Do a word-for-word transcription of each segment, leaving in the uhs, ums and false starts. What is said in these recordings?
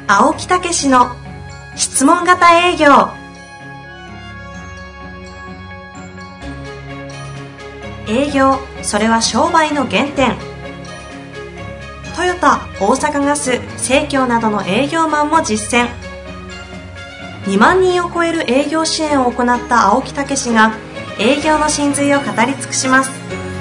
青木武氏の質問型営業。営業、それは商売の原点。トヨタ、大阪ガス、生協などの営業マンも実践。にまんにんを超える営業支援を行った青木武氏が営業の真髄を語り尽くします。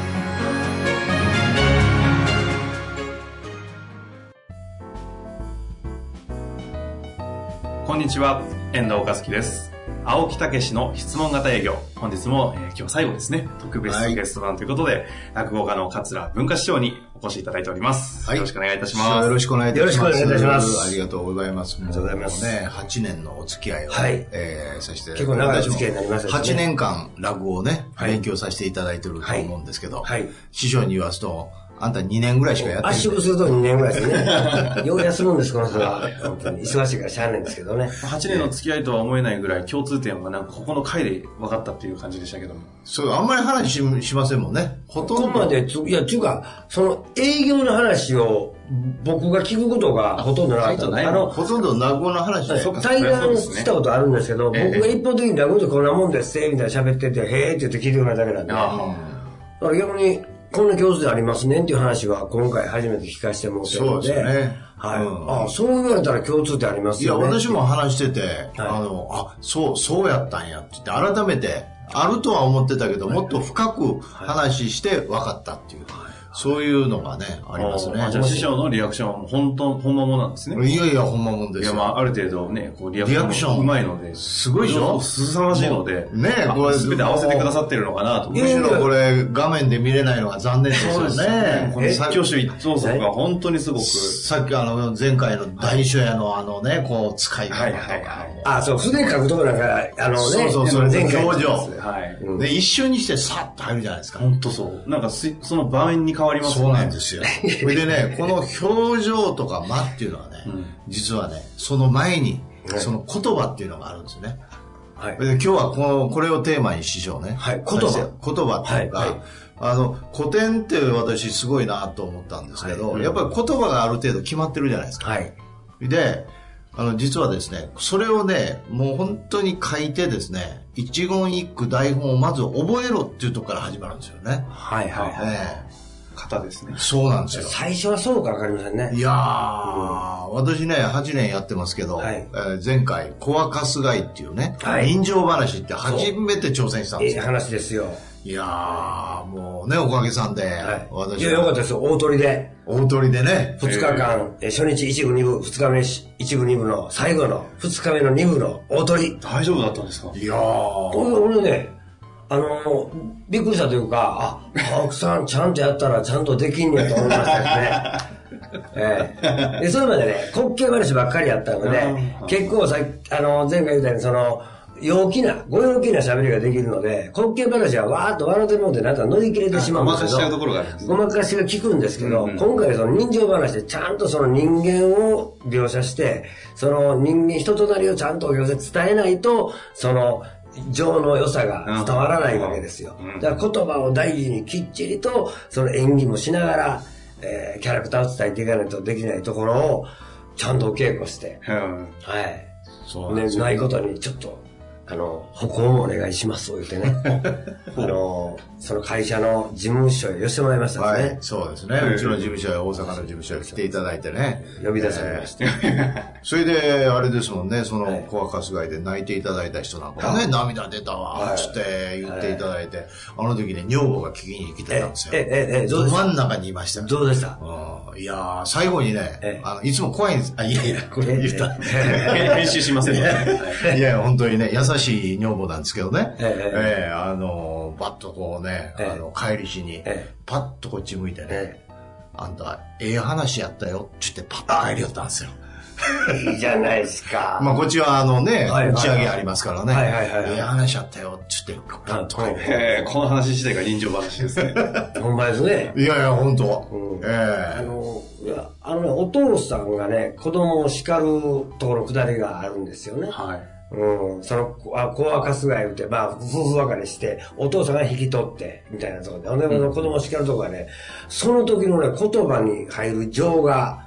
こんにちは、遠藤和樹です。青木武の質問型営業。本日も、えー、今日最後ですね、特別ゲスト版ということで、はい、落語家の桂文化師匠にお越しいただいております。はい、よろしくお願いいたします。 よろしくお願いいたします。 よろしくお願いいたします。 ありがとうございます。 ありがとうございます。 もうね、はちねんのお付き合いを、 はい、 えー、させていただいて、 結構長いお付き合いになりましたね。 はちねんかん落語をね、はい、勉強させていただいてると思うんですけど、はいはい、師匠に言わすと、あんたにねんぐらいしかやってない。 圧縮するとにねんぐらいですね。よう休むんです、この人は。本当に忙しいからしゃあないんですけどね。 はちねんの付き合いとは思えないぐらい共通点はなんかここの回で分かったっていう感じでしたけども。 そう、あんまり話 し, しませんもんね。ほとんど。 ここまで、いや、っていうか、その営業の話を僕が聞くことがほとんどなかった。 あの、ほとんど落語の話で。 対談したことあるんですけど、ええ、僕が一方的に落語ってこんなもんですって、みたいな喋ってて、へーって言って聞いてくれただけなんで。だから逆に、こんな共通点ありますねっていう話は今回初めて聞かせてもらってるので。そうですね。はい。うん、ああ、そう言われたら共通点ありますよね。 いや、私も話してて、はい、あの、あ、そう、そうやったんやって言って、改めて、あるとは思ってたけど、はい、もっと深く話して分かったっていう。はい、そういうのがね、ありますね。 じゃあ師匠のリアクションは本当、本物なんですね。 いやいや、本物ですよ。 いや、まあ、ある程度ね、こうリアクションうまいので。 すごいでしょ？ すさまじいので。 ねえ、これ。 すべて合わせてくださってるのかなと思むしろこれ、画面で見れないのが残念ですよね。そうですね。 この一挙手一投足が本当にすごく。 さっきあの、前回の大書屋のあのね、こう、使い方とか。 あ、そう、筆書くとこなんか、あのね、 そうそうそう、 前回表情。 はい。 で、一瞬にしてさっと入るじゃないですか。 本当そう。なんか、その場面に変わりますよね。 そうなんですよ。それでね、この表情とか間っていうのはね、うん、実はね、その前に、その言葉っていうのがあるんですよね。はい。で今日はこの、これをテーマに師匠ね。 はい。言葉。 言葉っていうか、はいはい、あの、古典って私すごいなと思ったんですけど、はい、やっぱり言葉がある程度決まってるじゃないですか。はい。で、あの、実はですね、それをね、もう本当に書いてですね、一言一句台本をまず覚えろっていうところから始まるんですよね。 はいはいはい。えー方ですね。 そうなんですよ。 最初はそうかわかりませんね。 いやー、うん、私ね、はちねんやってますけど、はい、えー、前回、コアカスガイっていうね、はい、人情話って初めて挑戦したんですよ。 いい話ですよ。 いやー、もうね、おかげさんで、はい、 私は。いや、よかったですよ、大鳥で。 大鳥でね。 二日間、えー、初日一部二部、二日目一部二部の最後の、二日目の二部の大鳥。 大丈夫だったんですか？ いやー。 これ俺ね、あの、びっくりしたというか、あ、青木さんちゃんとやったらちゃんとできんねやと思いましたですね。ええ。で、それまでね、滑稽話ばっかりやったので、結構さ、あの、前回言ったように、その、陽気な、ご陽気な喋りができるので、滑稽話はわーっと笑ってもうてなんか乗り切れてしまうんですけど、 ごまかしちゃうところがあるんですね。 ごまかしが効くんですけど、うんうん、今回その人情話でちゃんとその人間を描写して、その人間、人となりをちゃんと描写伝えないと、その、情の良さが伝わらないわけですよ。だから言葉を大事にきっちりとその演技もしながら、えー、キャラクターを伝えていかないとできないところをちゃんとお稽古して、うん、はい。そうね、ないことにちょっとあの歩行もお願いします言ってねあのその会社の事務所へ寄せてもらいましたですね、はい、 そうですね、うん、うちの事務所へ大阪の事務所へ来ていただいてね呼び出されました、えー、それであれですもんね、そのコアカスガイで泣いていただいた人なんかね、はい、涙出たわつって言っていただいて、はい、あの時ね女房が聞きに来てたんですよ。 ええええどうでした？ ど真ん中にいましたよ。 どうでした？ うん、いやー最後にね、ええ、あのいつも怖いんです。あ、いやいやこれ言った、 ええ、編集しませんのでいや本当にね優しい女房なんですけどね、ええええ、あのバッとこうね、ええ、あの帰りしに、ええ、パッとこっち向いてね、ええ、あんたええ話やったよって言ってパッと帰りよったんですよ。 いいじゃないですか。 まあこっちはあのね、はいはいはい、打ち上げありますからね。 はいはいはいはい、 ええ話やったよって言ってパッと帰り。 へえ、この話自体が人情話ですね。 ほんまですね。 いやいや本当。 うん、ええあのいやあのねお父さんがね子供を叱るところくだりがあるんですよね。はい。うん、その、あ、コアカスガイ言って、まあ、夫婦別れして、お父さんが引き取って、みたいなところで、ほんで、子供を叱るところがね、その時のね、言葉に入る情が、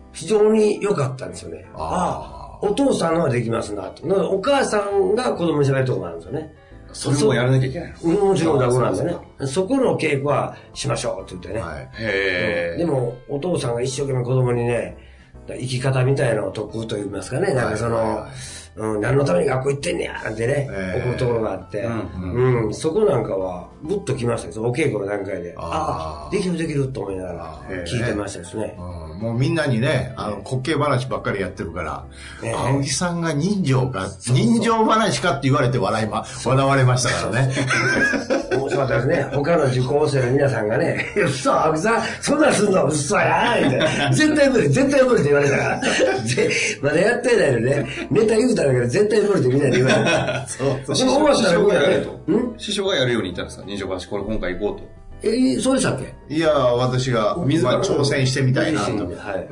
非常に良かったんですよね。ああ、お父さんのはできますなって。お母さんが子供に喋るとこがあるんですよね。 それもやらなきゃいけないの？ もちろんだこなんでね。そこの稽古はしましょうって言ってね。はい、 へでも、お父さんが一生懸命子供にね、生き方みたいなのを説くと言いますかね。なんかその、はいはいはい、うん、何のために学校行ってんねやなんてね、怒るところがあって、うんうんうん、そこなんかは、ぐっときましたですお稽古の段階で。ああ、できるできると思いながら聞いてましたですね。 うん、もうみんなにね、あの、滑稽話ばっかりやってるから、えー、青木さんが人情か、人情話かって言われて笑いま、笑われましたからね。 面白かったですね。他の受講生の皆さんがね、嘘、青木さん、そんなんすんの嘘やーって。絶対無理、絶対無理って言われたから。まだやってないのね。ネタ言うたらけど絶対無理ってみんなで言われた。そう。 師匠がやれと。師匠がやるように言ったんですか？人情話、これ今回行こうと。 え、そうでしたっけ？ いや、私が、自ら挑戦してみたいなと、はい、うん、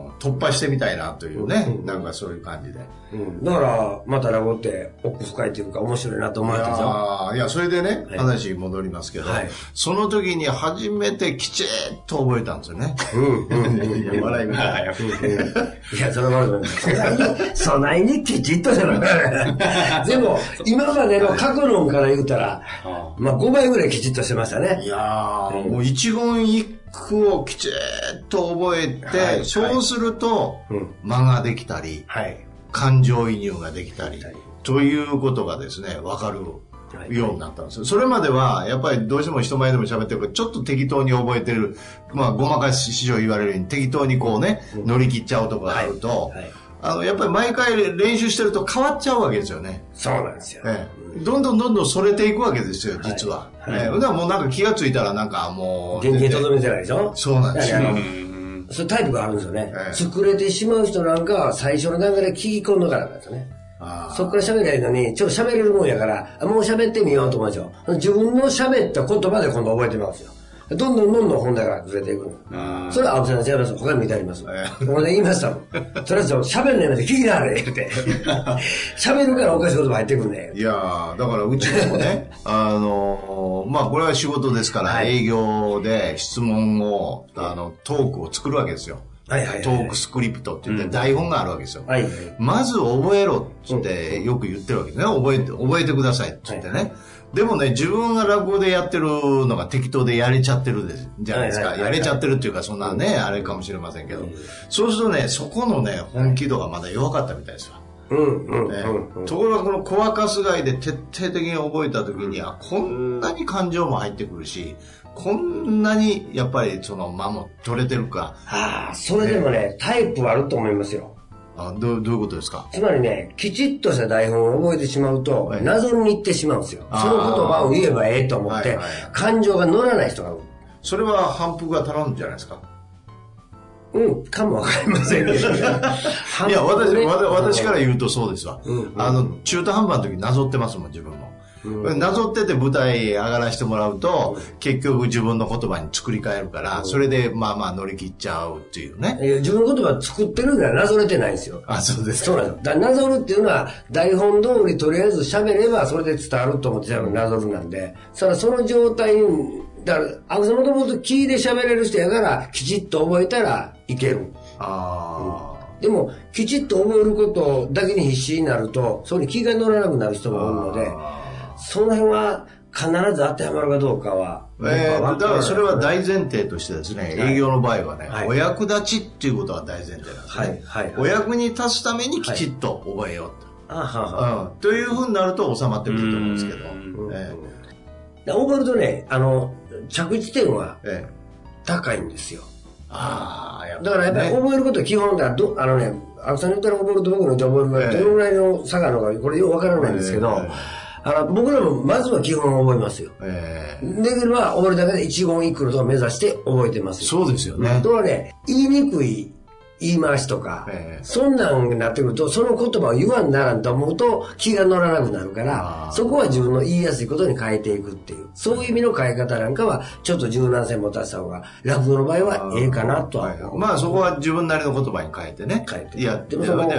突破してみたいなというね、うん、なんかそういう感じで。 うん、だから、また落語って奥深いというか面白いなと思われたんですよ。 いや、それでね、はい、話に戻りますけど、はい、その時に初めてきちっと覚えたんですよね。うん、うん、いや、笑いみたいな。 いや、そのままそないにきちっとしたの。でも、今までの過去論から言うたら、まあごばいぐらいきちっとしてましたね。 いやー、うん、もう一言一句をきちっと覚えて、はい、そうすると、はい、間ができたり、はい、感情移入ができたり、はい、ということがですね、わかるようになったんですよ。それまでは、やっぱりどうしても人前でも喋ってるから、ちょっと適当に覚えてる、まあ、ごまかし師匠言われるように、適当にこうね、うん、乗り切っちゃうとこがあると、はいはい、あの、やっぱり毎回練習してると変わっちゃうわけですよね。 そうなんですよ。 ええ、どんどんどんどんそれていくわけですよ、実は。はいはい、ええ、だからもうなんか気がついたらなんかもう。 原型とどめてないでしょ？ そうなんですよ。 そういうタイプがあるんですよね。ええ、作れてしまう人なんかは最初の段階で聞き込んだからなんですよね。そっから喋れないのに、ちょっと喋れるもんやから、もう喋ってみようと思うんですよ。自分の喋った言葉で今度覚えてますよ。どんどんどんどん本題がずれていくの。それは青木さん違います。他にも見てあります。俺で言いましたもん。とりあえず喋るのやめて聞きなはれって。喋るからおかしい言葉入ってくるね。 いやー、だからうちでもね、あのー、まあこれは仕事ですから、はい、営業で質問を、あの、トークを作るわけですよ。はいはいはいはい、トークスクリプトって言って台本があるわけですよ。うんはいはい、まず覚えろってよく言ってるわけですね。覚えて、覚えてくださいって言ってね。はいはい、でもね、自分が落語でやってるのが適当でやれちゃってるじゃないですか。はいはいはいはい、やれちゃってるっていうか、そんなね、うん、あれかもしれませんけど。うん、そうするとね、そこのね、本気度がまだ弱かったみたいですわ。うんうんね、うん、ところがこの小若すがいで徹底的に覚えた時には、こんなに感情も入ってくるし、こんなにやっぱりその間も取れてるか。 はあ、それでもね、ねタイプあると思いますよ。 あ、どう、どういうことですか？ つまりね、きちっとした台本を覚えてしまうと、はい、謎に行ってしまうんですよ。その言葉を言えばええと思って、はいはいはい、感情が乗らない人がいる。 それは反復が足らんじゃないですか？ うん、かもわかりませんけど、ね。いや、私、私から言うとそうですわ。うんうん、あの、中途半端の時なぞってますもん、自分も。うん、なぞってて舞台上がらせてもらうと、うん、結局自分の言葉に作り変えるから、うん、それでまあまあ乗り切っちゃうっていうね。 自分の言葉作ってるからなぞれてないんですよ。 あ、そうですか。 そうなんですよ。だなぞるっていうのは、台本通りとりあえず喋ればそれで伝わると思ってたのがなぞるなんで、そのその状態に、だから、あの、そもともと聞いて喋れる人やから、きちっと覚えたらいける。ああ、うん。でも、きちっと覚えることだけに必死になると、それに気が乗らなくなる人も多いので、その辺は必ず当てはまるかどうかは。 えー、だからそれは大前提としてですね、はい、営業の場合はね、はい、お役立ちっていうことは大前提なんですね。はいはいはい、お役に立つためにきちっと覚えようと。はい、あははうん、というふうになると収まってくると思うんですけど。えー、覚えるとね、あの、着地点は高いんですよ。えー、ああ、やっぱり、ね。だからやっぱり覚えることは基本だと、あのね、青木さんに言ったら覚えると僕の覚えるがどのぐらいの差があるのか、これよくわからないんですけど、えーえーあの僕らもまずは基本を覚えますよ。えー、できれば覚えるだけで一言一句のとこ目指して覚えてますよ。 そうですよね。 とはね、言いにくい言い回しとか、えー、そんなんになってくると、その言葉を言わんならんと思うと気が乗らなくなるから、そこは自分の言いやすいことに変えていくっていう、そういう意味の変え方なんかは、ちょっと柔軟性持たせた方が、落語の場合はええかなとは思う。 まあそこは自分なりの言葉に変えてね。変えて。いや、 でもその、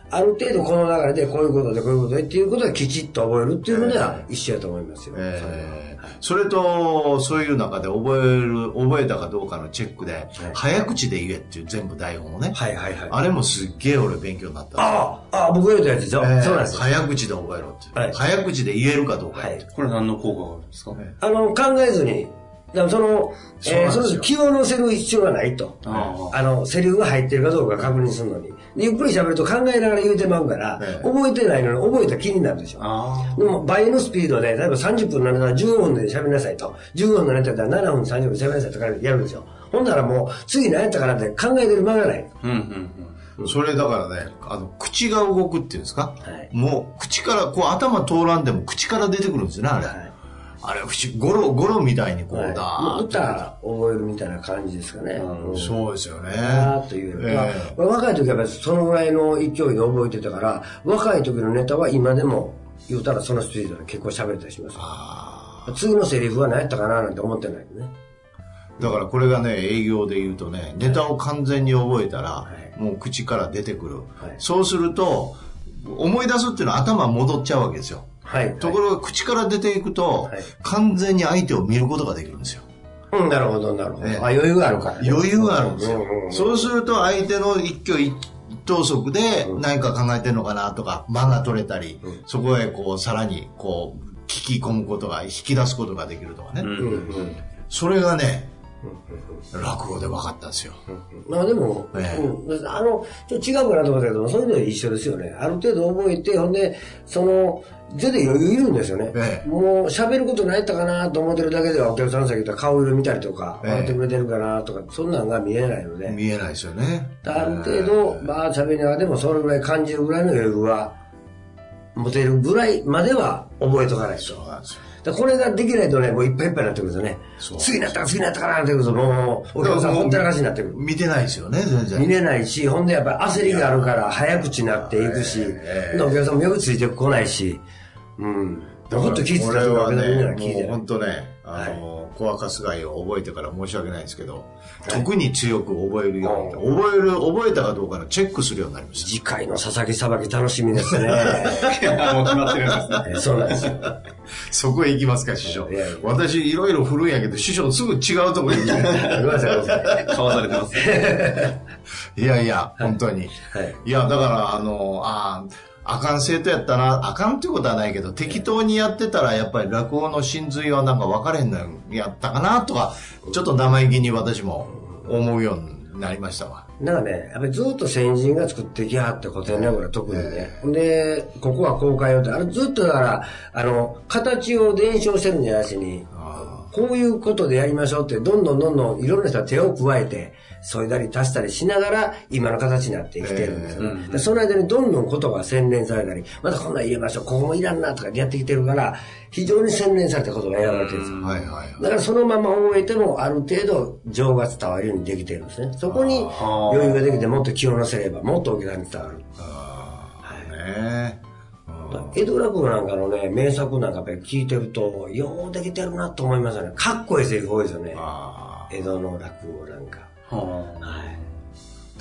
ある程度この流れでこういうことでこういうことでっていうことはきちっと覚えるっていうのでは一緒やと思いますよ。 えー、それとそういう中で覚える覚えたかどうかのチェックで、はい、早口で言えっていう全部台本をね、はいはいはい、あれもすっげえ俺勉強になったんですよ。 ああ、ああ僕が言ったやつでしょ、えー、そうなんですよ。 早口で覚えろって、はい、早口で言えるかどうかって、はい、 これ何の効果があるんですか？ あの考えずにだからその、えー、その気を乗せる必要がないと。あ, あの、セリフが入ってるかどうか確認するのに。ゆっくり喋ると考えながら言うてまうから、ええ、覚えてないのに覚えた気になるでしょ。でも倍のスピードで、例えばさんじゅっぷんならじゅうごふんで喋りなさいと。じゅうごふんのネタだったらななふんさんじゅっぷん喋りなさいとかやるでしょ。ほんならもう、次何やったかなって考えてる間がない。うんうんうん、それだからね、あの、口が動くっていうんですか、はい、もう、口から、こう頭通らんでも口から出てくるんですよね、あれ。はい、あれ、ゴロ、ゴロみたいにこう、はい、だーっと。 歌覚えるみたいな感じですかね。 うん、そうですよね。 だーっと言える。えーまあ、若い時はやっぱりそのぐらいの勢いで覚えてたから、若い時のネタは今でも言うたらそのスピードで結構喋れたりします。あ次のセリフは何やったかななんて思ってないよね。 だからこれがね、営業で言うとね、ネタを完全に覚えたら、はい、もう口から出てくる。はい、そうすると、思い出すっていうのは頭戻っちゃうわけですよ。はい、ところが口から出ていくと、はい、完全に相手を見ることができるんですよ。 うん、なるほどなるほど、ね、あ余裕があるから、ね、 余裕があるんですよ、うんうんうん、そうすると相手の一挙一投足で何か考えてるのかなとか間が取れたり、うん、そこへこうさらにこう聞き込むことが引き出すことができるとかね、うんうんうん、それがね落語で分かったんですよ。 まあでも、ええうん、あのちょっと違うかなと思ったけど、そういうのは一緒ですよね。ある程度覚えて、ほんでその全然余裕いるんですよね。ええ、もう喋ることないったかなと思ってるだけではお客さん先言ったら顔色見たりとか、笑ってくれてるかなとか、そんなのが見えないので。 見えないですよね。 ある程度、まあ喋りながらでもそれぐらい感じるぐらいの余裕は持てるぐらいまでは覚えとかないと。そうなんですよ。これができないとね、もういっぱいいっぱいになってくるんですよね。次になったか次になったかなってくると、もう、お客さんほったらかしになってくる。 見てないですよね、全然。 見れないし、ほんでやっぱり焦りがあるから早口になっていくし、えー、お客さんもよくついてこないし、うん。ほんと聞いてたわけだね、 もうほんとね、あの、小赤すがいを覚えてから申し訳ないんですけど、特に強く覚えるように、覚える、覚えたかどうかのチェックするようになりました。 次回の佐々木さばき楽しみですね。もう決まってるんですね。 そうなんですよ。 そこへ行きますか、師匠。私、いろいろ振るんやけど、師匠すぐ違うところに行く。ごめんなさい。かわされてます。 いやいや、本当に。はい、いや、だから、あの、ああかん生徒やったな、あかんっていうことはないけど、適当にやってたら、やっぱり落語の真髄はなんか分かれんのやったかなとか、ちょっと生意気に私も思うようになりましたわ。 なんかね、やっぱりずっと先人が作ってきはって古典落語は特にね。で、ここは公開用って、あれずっとだから、あの、形を伝承してるんじゃなしに、こういうことでやりましょうって、どんどんどんどんいろんな人が手を加えて、添えたり足したりしながら今の形になってきてるんですよ、ねえーうん、でその間にどんどん言葉が洗練されたり、またこんなん入れましょう、ここもいらんなとかやってきてるから、非常に洗練された言葉が選ばれてるんですよ、はいはいはい、だからそのまま覚えてもある程度情が伝わるようにできてるんですね。そこに余裕ができてもっと気を乗せればもっとお客さんに伝わる。あ、はいね、江戸落語なんかのね、名作なんかやっぱり聞いてると、ようできてるなと思いますよね。かっこいいセリフ多いですよね。江戸の落語なんか。はい。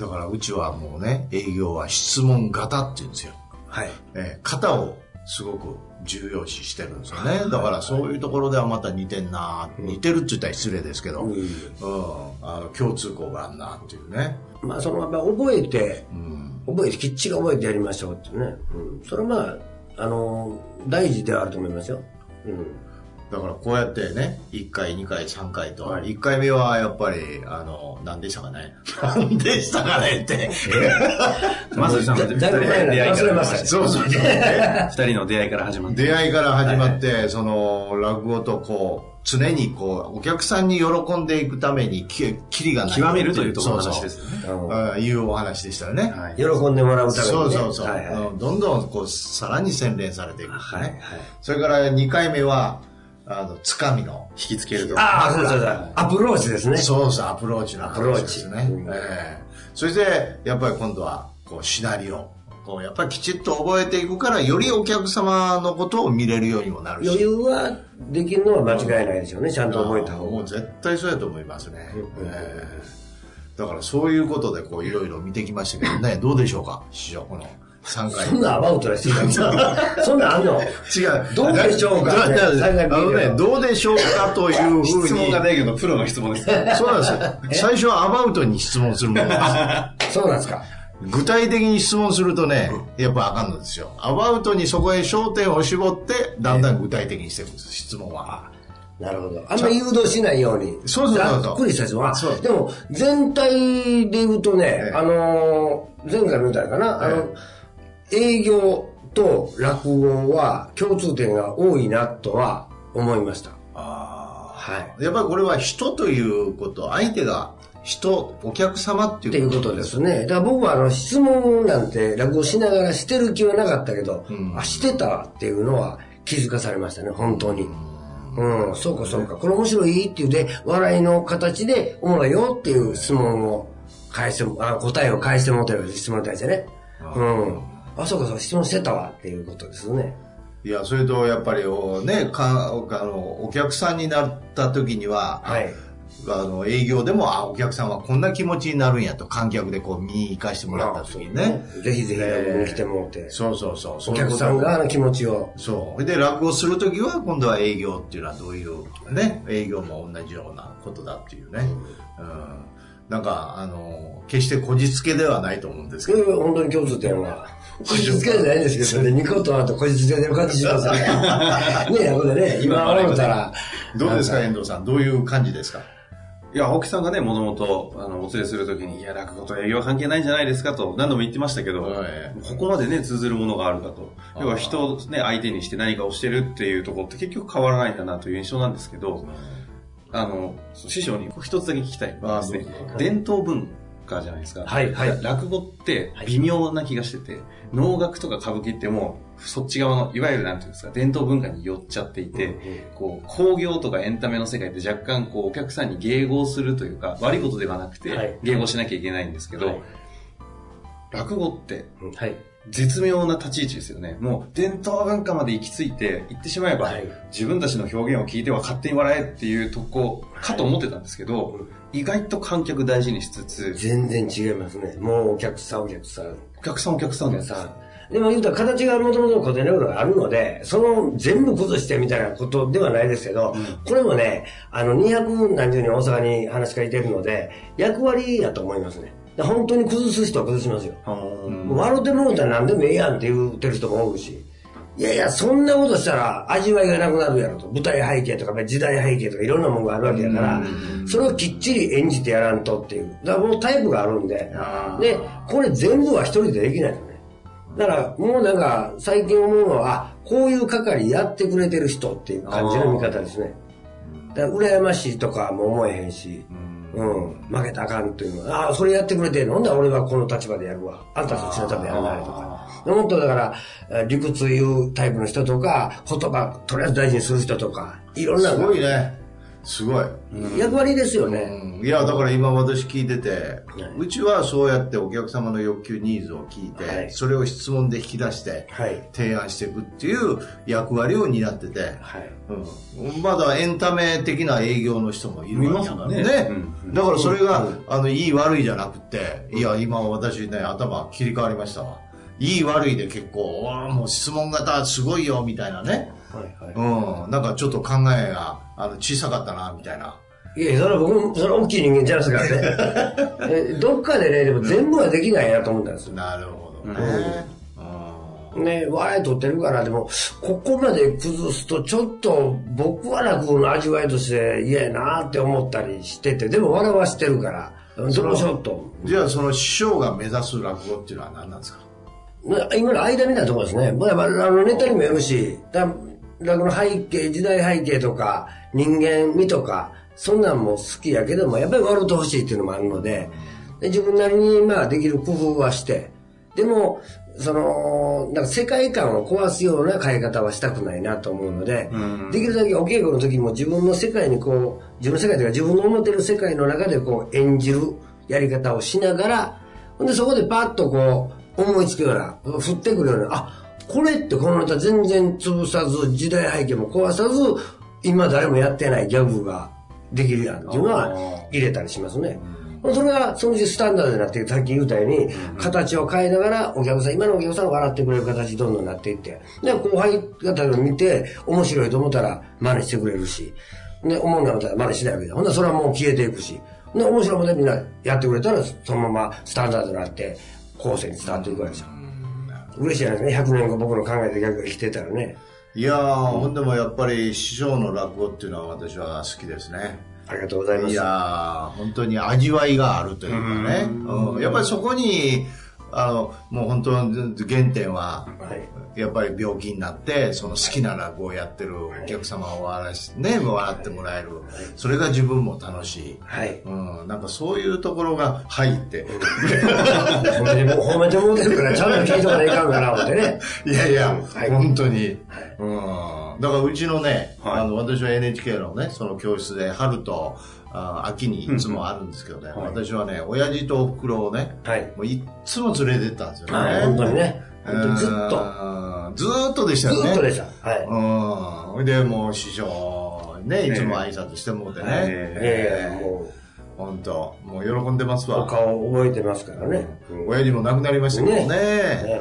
だからうちはもうね、営業は質問型って言うんですよ。はい。えー、型をすごく重要視してるんですよね。だからそういうところではまた似てんな、うん、似てるって言ったら失礼ですけど、うん、うん、あの共通項があるなっていうね。 まあそのやっぱ覚えて、うん、覚えてきっちり覚えてやりましょうってね。うん、それはまああの大事ではあると思いますよ。うん。 だからこうやってね、いっかい、にかい、さんかいと、はい、いっかいめはやっぱり、あの、何でしたかね。何でしたかねって。 まさしさんのふたりの出会いから。 そうそうそう。 ふたりの出会いから始まって。 出会いから始まって、はい、その、落語とこう、常にこう、お客さんに喜んでいくために、き、きりがない。 極めるというところの話ですよね。 そうそう。いうお話でしたよね。 はい、喜んでもらうために、ね。 そうそうそう。はいはい、どんどんこう、さらに洗練されていく、ね。はいはい。それからにかいめは、あの、つかみの。 引きつけると。 ああ、そうそうそう。アプローチですね。 そうそう、アプローチのアプローチですね。うん、えー、それで、やっぱり今度は、こう、シナリオ。こう、やっぱりきちっと覚えていくから、よりお客様のことを見れるようにもなるし。 余裕はできるのは間違いないでしょうね。ちゃんと覚えた方が。 もう絶対そうやと思いますね。うん、えー、だからそういうことで、こう、いろいろ見てきましたけどね、どうでしょうか、師匠、この。 さんかい。 そんなアバウトな質問そんなんあんの？ 違う。 どうでしょうか、ね、 あのね、どうでしょうかというふうに。 質問が大学のプロの質問です。 そうなんですよ。最初はアバウトに質問するものなんです。そうなんですか。 具体的に質問するとね、やっぱあかんのですよ。アバウトにそこへ焦点を絞って、だんだん具体的にしていくんです、質問は。 なるほど。あんまり誘導しないように。 そうそうそうそう。 ざっくりした質問は。でも、全体で言うとね、ええ、あのー、前回見たいかな、ええ、あの、営業と落語は共通点が多いなとは思いました。 ああ。はい。やっぱりこれは人ということ、相手が、人、お客様っていうことですね。 だから僕はあの質問なんて落語しながらしてる気はなかったけど、うん、あ、してたっていうのは気づかされましたね、本当に。うん、うん、そうかそうか。これ面白いって言うて、笑いの形でおもろいよっていう質問を返して、あ、答えを返してもらってる質問に対してね。うん。あ、そうかそう、質問してたわっていうことですね。 いや、それとやっぱりね、かあのお客さんになった時には、はい。あの営業でもあお客さんはこんな気持ちになるんやと観客でこう見に行かしてもらった時にね、 ぜひぜひ落語に来てもらって、 そうそうそうお客さんが気持ちをそうで落語する時は今度は営業っていうのはどういうね営業も同じようなことだっていうね、うんうん、なんかあの決してこじつけではないと思うんですけど、 本当に共通点はこじつけじゃないんですけどね、ニコとあとこじつけてる感じしますね。ねえ、これね、今思ったらどうですか遠藤さん、どういう感じですか？ いや、青木さんがね、もともと、あの、お連れするときに、いや、落語と営業は関係ないんじゃないですかと何度も言ってましたけど、はい、ここまでね、通ずるものがあるかと。要は人をね、相手にして何かをしてるっていうところって結局変わらないんだなという印象なんですけど、あの、師匠に一つだけ聞きたいのはですね、伝統文化じゃないですか。 はい、はい。 落語って微妙な気がしてて、能楽とか歌舞伎ってもう、そっち側の、いわゆるなんていうんですか、伝統文化に寄っちゃっていて、うんうん、こう、興行とかエンタメの世界って若干、こう、お客さんに迎合するというか、悪いことではなくて、はい、迎合しなきゃいけないんですけど、はい、落語って、はい、絶妙な立ち位置ですよね。もう、伝統文化まで行き着いて、言ってしまえば、はい、自分たちの表現を聞いては勝手に笑えっていうとこかと思ってたんですけど、はい、意外と観客大事にしつつ、 全然違いますね。もうお客さんお客さん。 お客さんお客さん。お客さん。 でも言うたら形がもともと古典落語があるので、その全部崩してみたいなことではないですけど、うん、これもね、あのにひゃくなんじゅうにん大阪に話し書いてるので、役割やと思いますね。本当に崩す人は崩しますよ。笑ってもうたら何でもええやんって言ってる人も多いし、いやいや、そんなことしたら味わいがなくなるやろと。舞台背景とか時代背景とかいろんなものがあるわけだから、それをきっちり演じてやらんとっていう。だからもうタイプがあるんで、で、これ全部は一人でできないのね。だからもうなんか最近思うのは、あ、こういう係やってくれてる人っていう感じの見方ですね。だから羨ましいとかも思えへんし、うん、負けたらあかんというのは、ああ、それやってくれてるの？なんだ俺はこの立場でやるわ。あんたそっちの立場でやらないとか。もっとだから、理屈言うタイプの人とか、言葉とりあえず大事にする人とか、いろんな。 すごいね。すごい。 うん、役割ですよね、 うん。いや、だから今私聞いてて、はい、うちはそうやってお客様の欲求ニーズを聞いて、はい、それを質問で引き出して、はい、提案していくっていう役割を担ってて、はいうん、まだエンタメ的な営業の人もいるわけだからね。ねうん、だからそれが、うん、あの、いい悪いじゃなくて、いや、今私ね、頭切り替わりましたわ。いい悪いで結構、わもう質問型すごいよ、みたいなね。はいはい、うん。なんかちょっと考えが、あの、小さかったな、みたいな。 いや、それは僕も、それは大きい人間ちゃいますからね。どっかでね、でも全部はできないなと思ったんですよ。 なるほどね。 うん、ね、笑い取ってるから、でも、ここまで崩すと、ちょっと、僕は落語の味わいとして嫌やなって思ったりしてて、でも笑わしてるから、どうしようと。 じゃあ、その師匠が目指す落語っていうのは何なんですか？ 今の間みたいなところですね。まあ、あのネタにもよるし、だ落語の背景、時代背景とか、人間味とか、そんなんも好きやけども、やっぱり笑ってほしいっていうのもあるので、で自分なりにまあできる工夫はして、でも、その、なんか世界観を壊すような変え方はしたくないなと思うので、できるだけお稽古の時も自分の世界にこう、自分の世界というか自分の思ってる世界の中でこう演じるやり方をしながら、ほんでそこでパッとこう、思いつくような、降ってくるような、あ、これってこのネタ全然潰さず、時代背景も壊さず、今誰もやってないギャグができるやんっていうのは入れたりしますね。 それがそのうちスタンダードになっていく、さっき言ったように、うん、形を変えながらお客さん、今のお客さんを笑ってくれる形にどんどんなっていって、で後輩方が見て面白いと思ったら真似してくれるし、で思うなったら真似しないわけだ。ほんならそれはもう消えていくし、で面白いものでみんなやってくれたらそのままスタンダードになって後世に伝わっていくわけですよ。うん、嬉しいじゃないですかね。ひゃくねんご僕の考えて逆が生きてたらね。いやー、ほんでもやっぱり師匠の落語っていうのは私は好きですね。 ありがとうございます。 いやー、本当に味わいがあるというかね。うんうん、やっぱりそこに、あの、もう本当の原点は、やっぱり病気になって、その好きな落語をやってるお客様を笑し、ね、笑ってもらえる。それが自分も楽しい。はい。うん、なんかそういうところが入って。 褒めてもうてるから、ちゃんと聞いてもらいかんかな、思ってね。 いやいや、はい、本当に。うん。だからうちのね、はい、あの、私は エヌエイチケー のね、その教室で春と、あ秋にいつもあるんですけどね、うん、私はね、親父とおふくろをね、はい、もういつも連れてったんですよね。 はい、本当にね。本当にずっと。 ずっとでしたよね。 ずっとでした。はい。 うん。で、もう師匠ね、いつも挨拶してもうてね。 ええー、もう。 本当もう喜んでますわ。 お顔覚えてますからね。 うん、親父も亡くなりましたけどね。ねね、うん、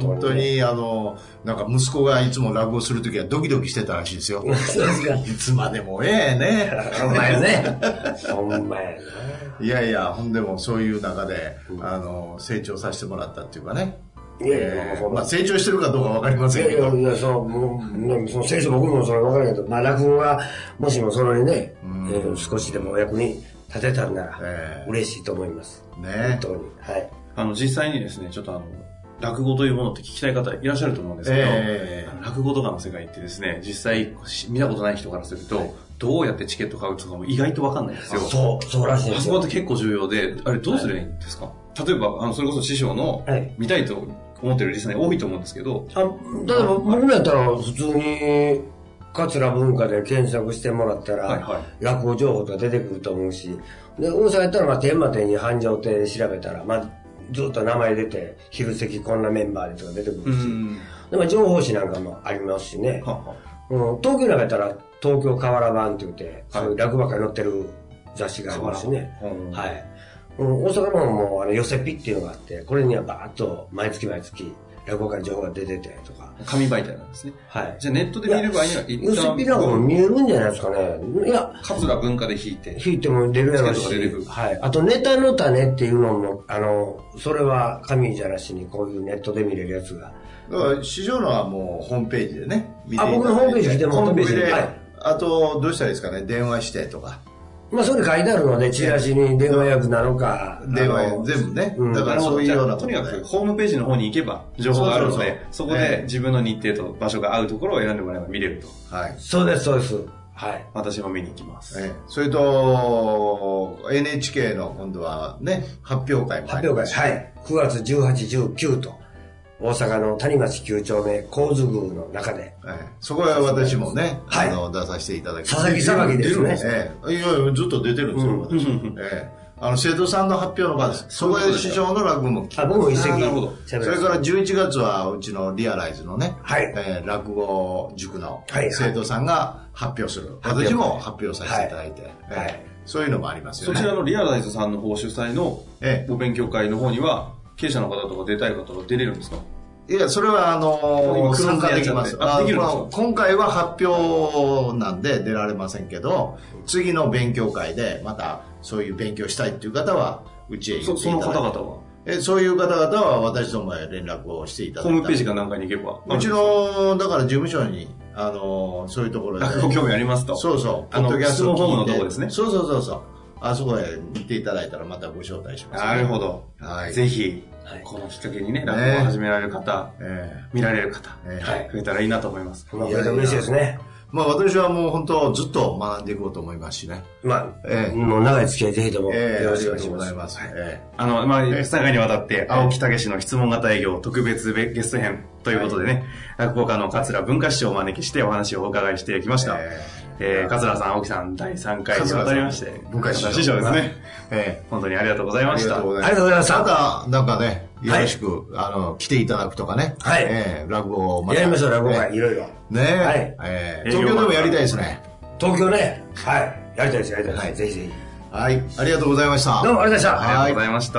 本当に、あの、なんか息子がいつも落語するときはドキドキしてたらしいですよ。いつまでもええね。 ほんまやね。ほんまやね。 いやいや、ほんでもそういう中で、あの、成長させてもらったっていうかね。いやいや、えー、まあ成長してるかどうかわかりませんけど。いやいや、 その、もう、その成長僕もそれわからないけど、まあ落語が、もしもそのにね、えー、少しでもお役に立てたんなら、えー、嬉しいと思います。 ね、 本当に。はい。 あの、実際にですね、ちょっとあの、落語というものって聞きたい方いらっしゃると思うんですけど、えー、落語とかの世界ってですね、実際見たことない人からすると、はい、どうやってチケット買うとかも意外とわかんないんですよ。 そう、そうらしいんですよ。 落語って結構重要で、あれどうすればいいんですか？はい、例えば、あの、それこそ師匠の、見たいと思ってるリスナー多いと思うんですけど。 あ、例えば僕らやったら普通に、桂文化で検索してもらったら、はいはい、落語情報とか出てくると思うし、で、大阪やったら、まあ、天満店に繁盛亭で調べたら、まあ、ずっと名前出て、昼席こんなメンバーでとか出てくるし、でも情報誌なんかもありますしね、ははうん、東京なんかやったら、東京河原版って言って、はい、そういう落語ばっかり載ってる雑誌がありますしね、うん、はい。うん、大阪の方も、あの、寄せピっていうのがあって、これにはバーッと毎月毎月、落語から情報が出ててとか。 紙媒体なんですね。はい。じゃあネットで見る場合には一旦。寄せピなんかも見えるんじゃないですかね。いや。 桂文化で引いて。 引いても出るやろし。はい。あとネタの種っていうのも、あの、それは紙じゃなしにこういうネットで見れるやつが。 だから市場のはもうホームページでね。 見てあ、僕のホームページでもホームページで。はい。あと、どうしたらいいですかね。電話してとか。 まあ、それ書いてあるので、チラシに電話予約なのか。 電話全部ね。うん、だからそういうようなとにかく、ホームページの方に行けば、情報があるので、そこで自分の日程と場所が合うところを選んでもらえば見れると。 はい。そうです、そうです。はい。 私も見に行きます。 えそれと、エヌエイチケー の今度はね、発表会もあります。発表会。はい。くがつじゅうはち、じゅうくと。大阪の谷町きゅう丁目神津宮の中で、 はい、そこは私もね、はい、あの出させていただきます。 佐々木騒ぎですね。 ええ、いやいやずっと出てるんですよ、うん、私、ええ、あの生徒さんの発表の場です。そこで師匠の落語も聞く。 あ、僕も一席。 なるほど。それからじゅういちがつはうちのリアライズのね、はい、えー、落語塾の生徒さんが発表する。はい、私も発表させていただいて、はいえーはい、そういうのもありますよね。 そちらのリアライズさんの方主催のお勉強会の方には、経営者の方とか出たい方が出れるんですか？ いや、それは、あのー、参加できます。あ、できるんですか？今回は発表なんで出られませんけど、次の勉強会でまたそういう勉強したいっていう方は、うちへ行っていただいて。 そ, その方々はえそういう方々は私どもへ連絡をしていただいて。 ホームページか何かに行けば。 うちの、だから事務所に、あのー、そういうところで。 ご興味ありますと。 そうそう。 あの、質問フォームのところですね。 そうそうそうそう。あそこへ行っていただいたらまたご招待します、 ね。なるほど。はい。ぜひ。このきっかけにね、落語を始められる方、えー、見られる方、えー、増えたらいいなと思います。 いや、嬉しいですね。 まあ私はもう本当ずっと学んでいこうと思いますしね。 まあ、えー、もう長い付き合いぜひとも、 えー、よろしくお願いします。 えー、あの、まあ、さんかいにわたって、青木武の質問型営業特別ゲスト編ということでね、はい、落語家の桂文化師匠をお招きしてお話をお伺いしてきました。えーえー、桂さん、青木さん、だいさんかいにわたりまして、 文化師匠ですね。えー、本当にありがとうございました。 ありがとうございました。また、なんかね、よろしく、はい、あの、来ていただくとかね。はい。えー、落語をまた。やりましょう、落語会、いろいろ。 ねえ。はい。えー、東京でもやりたいですね。 東京ね。はい。やりたいです、やりたいです。はい。ぜひぜひ。 はい、ありがとうございました。 どうもありがとうございました。 ありがとうございました。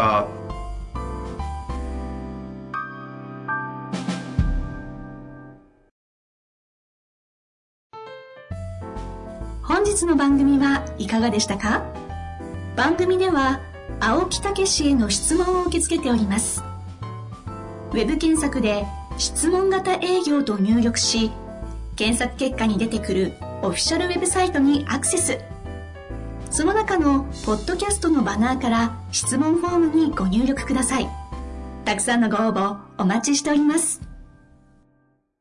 本日の番組はいかがでしたか？番組では青木武氏への質問を受け付けております。ウェブ検索で質問型営業と入力し、検索結果に出てくるオフィシャルウェブサイトにアクセス。その中のポッドキャストのバナーから質問フォームにご入力ください。たくさんのご応募お待ちしております。